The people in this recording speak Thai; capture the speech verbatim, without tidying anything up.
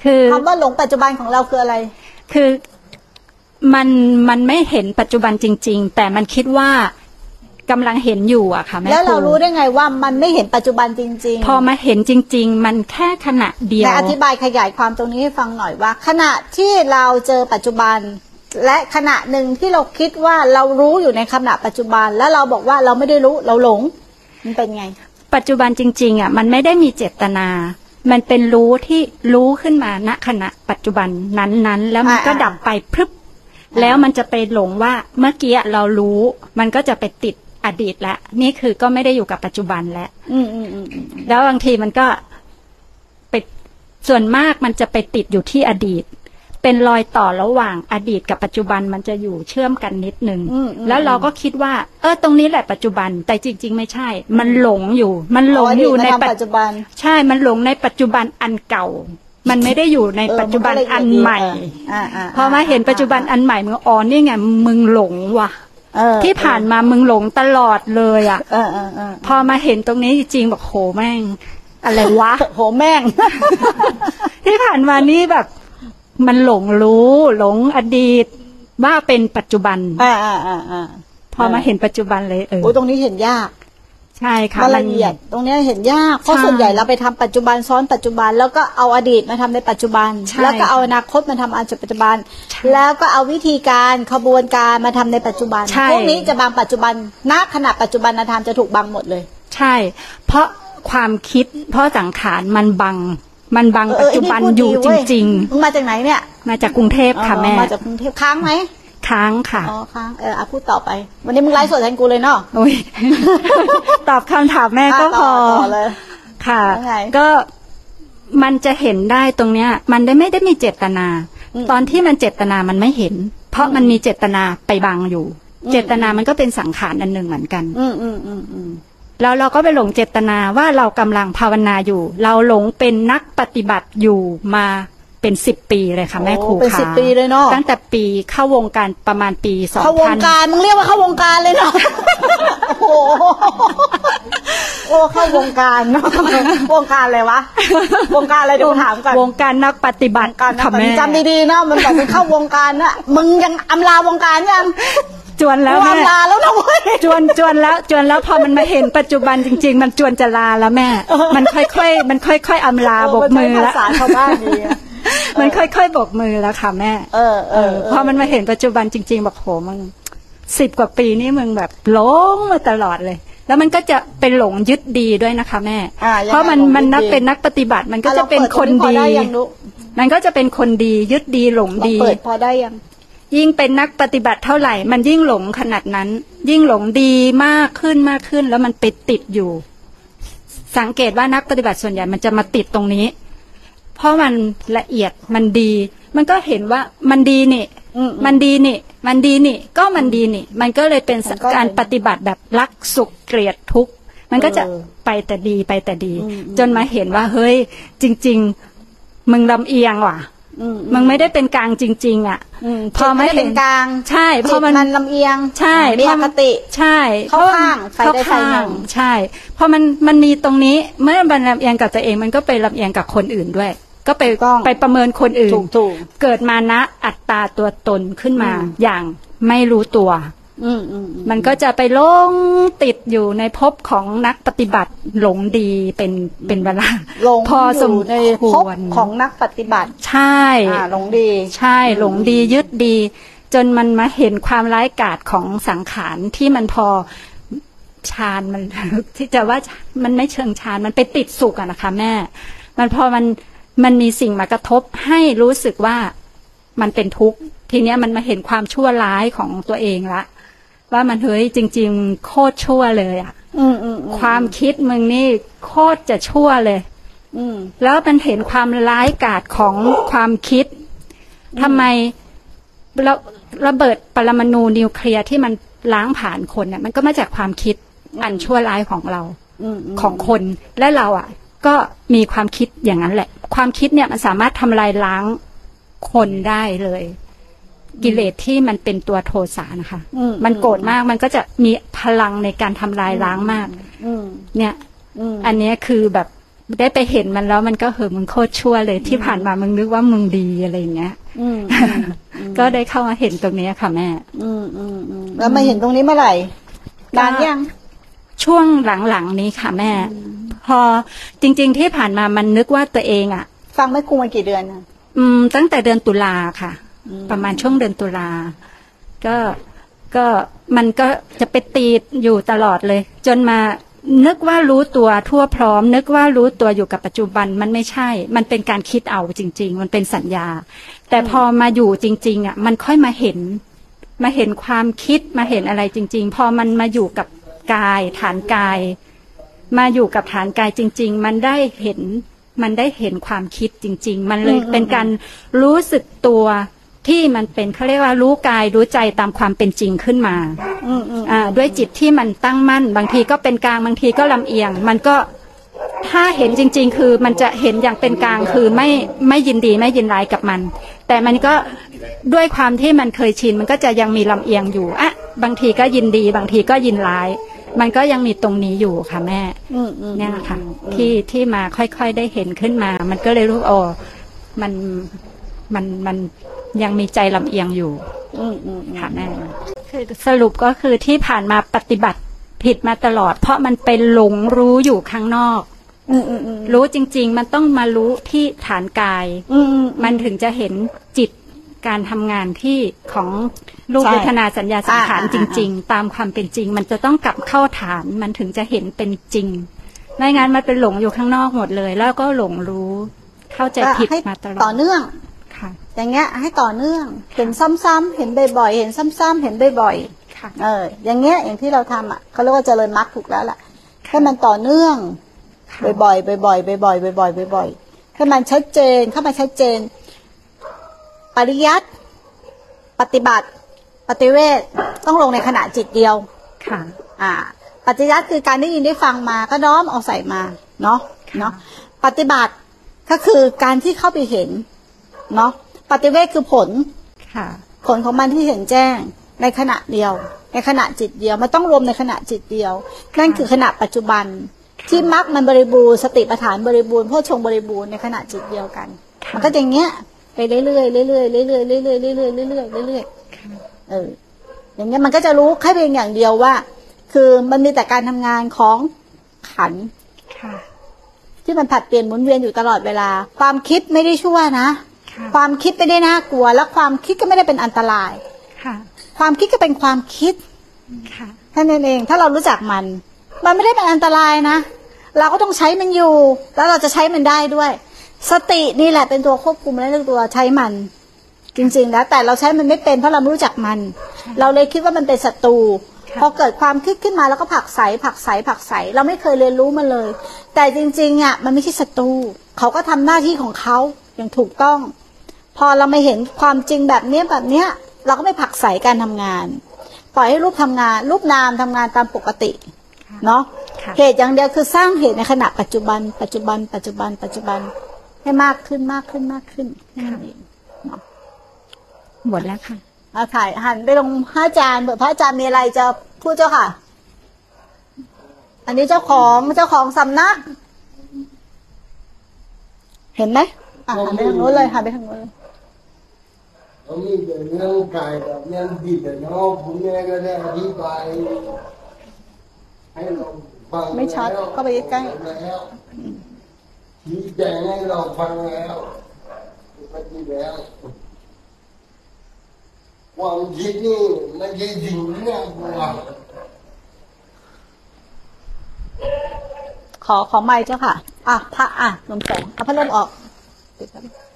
คือคำว่าหลงปัจจุบันของเราคืออะไรคือมันมันไม่เห็นปัจจุบันจริงๆแต่มันคิดว่ากำลังเห็นอยู่อะค่ะแม่แล้วเรารู้ได้ไงว่ามันไม่เห็นปัจจุบันจริงๆพอมาเห็นจริงๆมันแค่ขณะเดียวแต่อธิบายขยายความตรงนี้ให้ฟังหน่อยว่าขณะที่เราเจอปัจจุบันและขณะหนึ่งที่เราคิดว่าเรารู้อยู่ในขณะปัจจุบันแล้วเราบอกว่าเราไม่ได้รู้เราหลงมันเป็นไงปัจจุบันจริงๆอะมันไม่ได้มีเจตนามันเป็นรู้ที่รู้ขึ้นมาณขณะปัจจุบันนั้นๆแล้วมันก็ดับไปพรึบแล้วมันจะไปหลงว่าเมื่อกี้เรารู้มันก็จะไปติดอดีตแล้วนี่คือก็ไม่ได้อยู่กับปัจจุบันแล้วแล้วบางทีมันก็ไปส่วนมากมันจะไปติดอยู่ที่อดีตเป็นรอยต่อระหว่างอดีตกับปัจจุบันมันจะอยู่เชื่อมกันนิดนึงแล้วเราก็คิดว่าเออตรงนี้แหละปัจจุบันแต่จริงๆไม่ใช่มันหลงอยู่มันหลงอยู่ในปัจจุบันใช่มันหลงในปัจจุบันอันเก่ามันไม่ได้อยู่ในปัจจุบันอันใหม่พอมาเห็นปัจจุบันอันใหม่มึงอ๋อนี่ไงมึงหลงว่ะที่ผ่านมามึงหลงตลอดเลยอ่ะพอมาเห็นตรงนี้จริงๆบอกโหแม่งอะไรวะโหแม่งที่ผ่านมานี่แบบมันหลงรู้หลงอดีตว่าเป็นปัจจุบันอ่าอ่าอ่าอ่าพอมาเห็นปัจจุบันเลยเออโอ้ตรงนี้เห็นยากใช่ค่ะละเอียดตรงนี้เห็นยากเพราะส่วนใหญ่เราไปทำปัจจุบันซ้อนปัจจุบันแล้วก็เอาอดีตมาทำในปัจจุบันแล้วก็เอาอนาคตมาทำอันปัจจุบันแล้วก็เอาวิธีการขบวนการมาทำในปัจจุบันพวกนี้จะบังปัจจุบันณขณะปัจจุบันธรรมจะถูกบังหมดเลยใช่เพราะความคิดเพราะสังขารมันบังมันบังปัจจุบันอยู่จริงๆมึงมาจากไหนเนี่ยมาจากกรุงเทพค่ะแม่มาจากกรุงเทพค้างไหมค้างค่ะอ๋อค้างเออพูดต่อไปวันนี้มึงไลฟ์สดแทนกูเลยเนาะโอ้ยตอบคำถามแม่ก็พอเลยค่ะก็มันจะเห็นได้ตรงเนี้ยมันได้ไม่ได้มีเจตนาตอนที่มันเจตนามันไม่เห็นเพราะมันมีเจตนาไปบังอยู่เจตนามันก็เป็นสังขารอันหนึ่งเหมือนกันอืมอืมอืมอืมแล้วเราก็ไปหลงเจตนาว่าเรากำลังภาวนาอยู่เราหลงเป็นนักปฏิบัติอยู่มาเป็นสิบปีเลยค่ะแม่ครูค่ะเป็นสิบปีเลยเนาะตั้งแต่ปีเข้าวงการประมาณปีสองพันเข้าวงการมึงเรียกว่าเข้าวงการเลยเนาะโอ้โอ้เข้าวงการเนาะวงการอะไรวะวงการอะไรเดี๋ยวถามก่อนวงการนักปฏิบัติค่ะแม่จำดีๆนะมันบอกมึงเข้าวงการนะมึงยังอำลาวงการยังจวนแล้วแม่ลาแล้วนะเว้ยจวนจวนแล้วจวนแล้วพอมันมาเห็นปัจจุบันจริงๆมันจวนจะลาแล้วแม่มันค่อยๆมันค่อยๆอำลาบกมือแล้วภาษาชาวบ้านดีมันค่อยๆบกมือแล้วค่ะแม่เออเออพอมันมาเห็นปัจจุบันจริงๆบอกโหมึงสิบกว่าปีนี่มึงแบบหลงมาตลอดเลยแล้วมันก็จะเป็นหลงยึดดีด้วยนะคะแม่เพราะมันมันนักเป็นนักปฏิบัติมันก็จะเป็นคนดีมันก็จะเป็นคนดียึดดีหลงดีเปิดพอได้ยังยิ่งเป็นนักปฏิบัติเท่าไหร่มันยิ่งหลงขนาดนั้นยิ่งหลงดีมากขึ้นมากขึ้นแล้วมันไปติดอยู่สังเกตว่านักปฏิบัติส่วนใหญ่มันจะมาติดตรงนี้เพราะมันละเอียดมันดีมันก็เห็นว่ามันดีนี่มันดีนี่มันดีนี่ก็มันดีนี่มันก็เลยเป็นการปฏิบัติแบบรักสุขเกลียดทุกข์มันก็จะไปแต่ดีไปแต่ดีจนมาเห็นว่าเฮ้ยจริงๆมึงลำเอียงว่ะมึงไม่ได้เป็นกลางจริงๆอ่ะพอไม่เป็นกลางใช่เพราะมันลำเอียงใช่มีอคติใช่เข้าข้างไฟได้ไฟหนึ่งใช่พอมันมันมีตรงนี้เมื่อมันลำเอียงกับตัวเองมันก็ไปลำเอียงกับคนอื่นด้วยก็ไปไปประเมินคนอื่นเกิดมานะอัตตาตัวตนขึ้นมาอย่างไม่รู้ตัวมันก็จะไปหลงติดอยู่ในภพของนักปฏิบัติหลงดีเป็นเป็นเวลาพอสมในภพของนักปฏิบัติใช่หลงดีใช่หลงดียึดดีจนมันมาเห็นความร้ายกาจของสังขารที่มันพอฌานมันที่จะว่ามันไม่เชิงฌานมันไปติดสุขอะนะคะแม่มันพอมันมันมีสิ่งมากระทบให้รู้สึกว่ามันเป็นทุกข์ทีเนี้ยมันมาเห็นความชั่วร้ายของตัวเองละว่ามันเฮ้ยจริงๆโคตรชั่วเลยอ่ะความคิดมึงนี่โคตรจะชั่วเลยแล้วมันเห็นความร้ายกาจของความคิดทำไมแล้วระเบิดปรมาณูนิวเคลียร์ที่มันล้างผ่านคนเนี่ยมันก็มาจากความคิดอันชั่วร้ายของเราของคนและเราอ่ะก็มีความคิดอย่างนั้นแหละความคิดเนี่ยมันสามารถทำลายล้างคนได้เลยกิเลสที่มันเป็นตัวโทสะนะคะมันโกรธมากมันก็จะมีพลังในการทำลายล้างมากเนี่ยอันนี้คือแบบได้ไปเห็นมันแล้วมันก็เหอะมึงโคตรชั่วเลยที่ผ่านมามึงนึกว่ามึงดีอะไรอย่างเงี้ยอืมก็ได้เข้ามาเห็นตรงนี้ค่ะแม่อืมอืมอืมแล้วมาเห็นตรงนี้เมื่อไหร่นานยังช่วงหลังๆนี้ค่ะแม่ พอจริงๆที่ผ่านมามันนึกว่าตัวเองอ่ะฟังแม่ครูมากี่เดือนนะอืม ตั้งแต่เดือนตุลาค่ะอืมประมาณช่วงเดือนตุลาก็ก็มันก็จะไปตีอยู่ตลอดเลย จนมานึกว่ารู้ตัวทั่วพร้อม นึกว่ารู้ตัวอยู่กับปัจจุบันมันไม่ใช่ มันเป็นการคิดเอาจริง ๆ มันเป็นสัญญา แต่พอมาอยู่จริง ๆ อ่ะ มันค่อยมาเห็น มาเห็นความคิดมาเห็นอะไรจริง ๆ พอมันมาอยู่กับกายฐานกาย มาอยู่กับฐานกายจริง ๆ มันได้เห็น มันได้เห็นความคิดจริง ๆ มันเลยเป็นการรู้สึกตัวที่มันเป็นเขาเรียกว่ารู้กายรู้ใจตามความเป็นจริงขึ้นมาอืมอืมอ่าด้วยจิตที่มันตั้งมั่น บางทีก็เป็นกลางบางทีก็ลำเอียง มันก็ถ้าเห็นจริง ๆ คือมันจะเห็นอย่างเป็นกลางคือไม่ไม่ยินดีไม่ยินร้ายกับมัน แต่มันก็ด้วยความที่มันเคยชินมันก็จะยังมีลำเอียงอยู่อ่ะบางทีก็ยินดี บางทีก็ยินร้าย มันก็ยังมีตรงนี้อยู่ค่ะแม่อืมอืมเนี่ยค่ะที่ที่มาค่อยๆได้เห็นขึ้นมา มันก็เลยรู้อ๋อมันมันมันยังมีใจลำเอียงอยู่อืมอืมค่ะแม่คือสรุปก็คือที่ผ่านมาปฏิบัติผิดมาตลอด เพราะมันเป็นหลงรู้อยู่ข้างนอกอืมอืมอืมรู้จริง ๆ มันต้องมารู้ที่ฐานกายอืมอืมมันถึงจะเห็นจิตการทำงานที่ของรูปใช่เวทนาสัญญาสังขารอ่าจอ่าริง ๆ ตามความเป็นจริง มันจะต้องกลับเข้าฐาน มันถึงจะเห็นเป็นจริง ไม่งั้นมันเป็นหลงอยู่ข้างนอกหมดเลย แล้วก็หลงรู้เข้าใจผิดให้มาตลอดต่อเนื่องค่ะอย่างเงี้ยให้ต่อเนื่อง เห็นซ้ำๆเห็นบ่อยๆเห็นซ้ำๆเห็นบ่อยค่ะๆเออ อย่างเงี้ยอย่างที่เราทำอ่ะเขาเรียกว่าเจริญมรรคถูกแล้วล่ะให้มันต่อเนื่อง บ่อยๆบ่อยๆบ่อยๆบ่อยๆบ่อยๆให้มันชัดเจนเข้ามาชัดเจน ปริยัติปฏิบัติปฏิเวทต้องลงในขณะจิตเดียวค่ะอ่า ปฏิยัติคือการได้ยินได้ฟังมาก็น้อมเอาใส่มาเนาะค่ะเนาะปฏิบัติก็คือการที่เข้าไปเห็นเนาะปฏิเวทคือผลค่ะผลของมันที่เห็นแจ้งในขณะเดียว ในขณะจิตเดียวมันต้องรวมในขณะจิตเดียว นั่นคือขณะปัจจุบัน ที่มรรคมันบริบูรณ์สติปัฏฐานบริบูรณ์โพชฌงค์บริบูรณ์ในขณะจิตเดียวกันค่ะมันก็อย่างเงี้ยไปเรื่อยๆเรื่อยๆเรื่อยๆเรื่อยๆเรื่อยๆเรื่อยๆเรื่อยๆเรื่อยค่ะๆเอออย่างเงี้ยมันก็จะรู้แค่เพียงอย่างเดียวว่า คือมันมีแต่การทำงานของขันธ์ค่ะที่มันผลัดเปลี่ยนหมุนเวียนอยู่ตลอดเวลา ความคิดไม่ได้ชั่วนะค่ะความคิดไม่ได้น่ากลัว และความคิดก็ไม่ได้เป็นอันตรายค่ะความคิดก็เป็นความคิดค่ะแค่นั้นเองถ้าเรารู้จักมัน มันไม่ได้เป็นอันตรายนะ เราก็ต้องใช้มันอยู่ แล้วเราจะใช้มันได้ด้วย สตินี่แหละเป็นตัวควบคุมและเป็นตัวใช้มัน จริงๆแล้วแต่เราใช้มันไม่เป็นเพราะเราไม่รู้จักมัน เราเลยคิดว่ามันเป็นศัตรูพอเกิดความคิดขึ้นมาแล้วก็ผลักไสผลักไสผลักไสเราไม่เคยเรียนรู้มันเลย แต่จริงๆอ่ะมันไม่ใช่ศัตรูเขาก็ทำหน้าที่ของเขาอย่างถูกต้อง พอเราไม่เห็นความจริงแบบเนี้ยแบบเนี้ย เราก็ไม่ผลักไสการทำงาน ปล่อยให้รูปทำงาน รูปนามทำงานตามปกติเนาะค่ะเหตุอย่างเดียวคือสร้างเหตุในขณะปัจจุบัน ปัจจุบัน ปัจจุบัน ปัจจุบันให้มากขึ้นมากขึ้นมากขึ้นแค่นั้นเองหมดแล้วค่ะเอาถ่ายหันไปลงพระอาจารย์เผื่อพระอาจารย์มีอะไรจะพูดเจ้าค่ะ อันนี้เจ้าของเจ้าของสำนัก เห็นไหมอ่ะหันไปทางโน้นเลยหันไปทางโน้นเลยเขามีแต่เรื่องกายกับเรื่องจิตแต่เนาะผมแม่ก็ได้อธิบายให้เราฟังไม่ชัดแล้วเข้าไปใกล้แล้วชี้แจงให้เราฟังแล้วปฏิแล้วความคิดนี่ไม่ใช่สิ่งที่น่ากลัวขอขอไม้เจ้าค่ะ อ่ะพระอ่ะลมแสงเอาพัดลมออกปิดพัดลม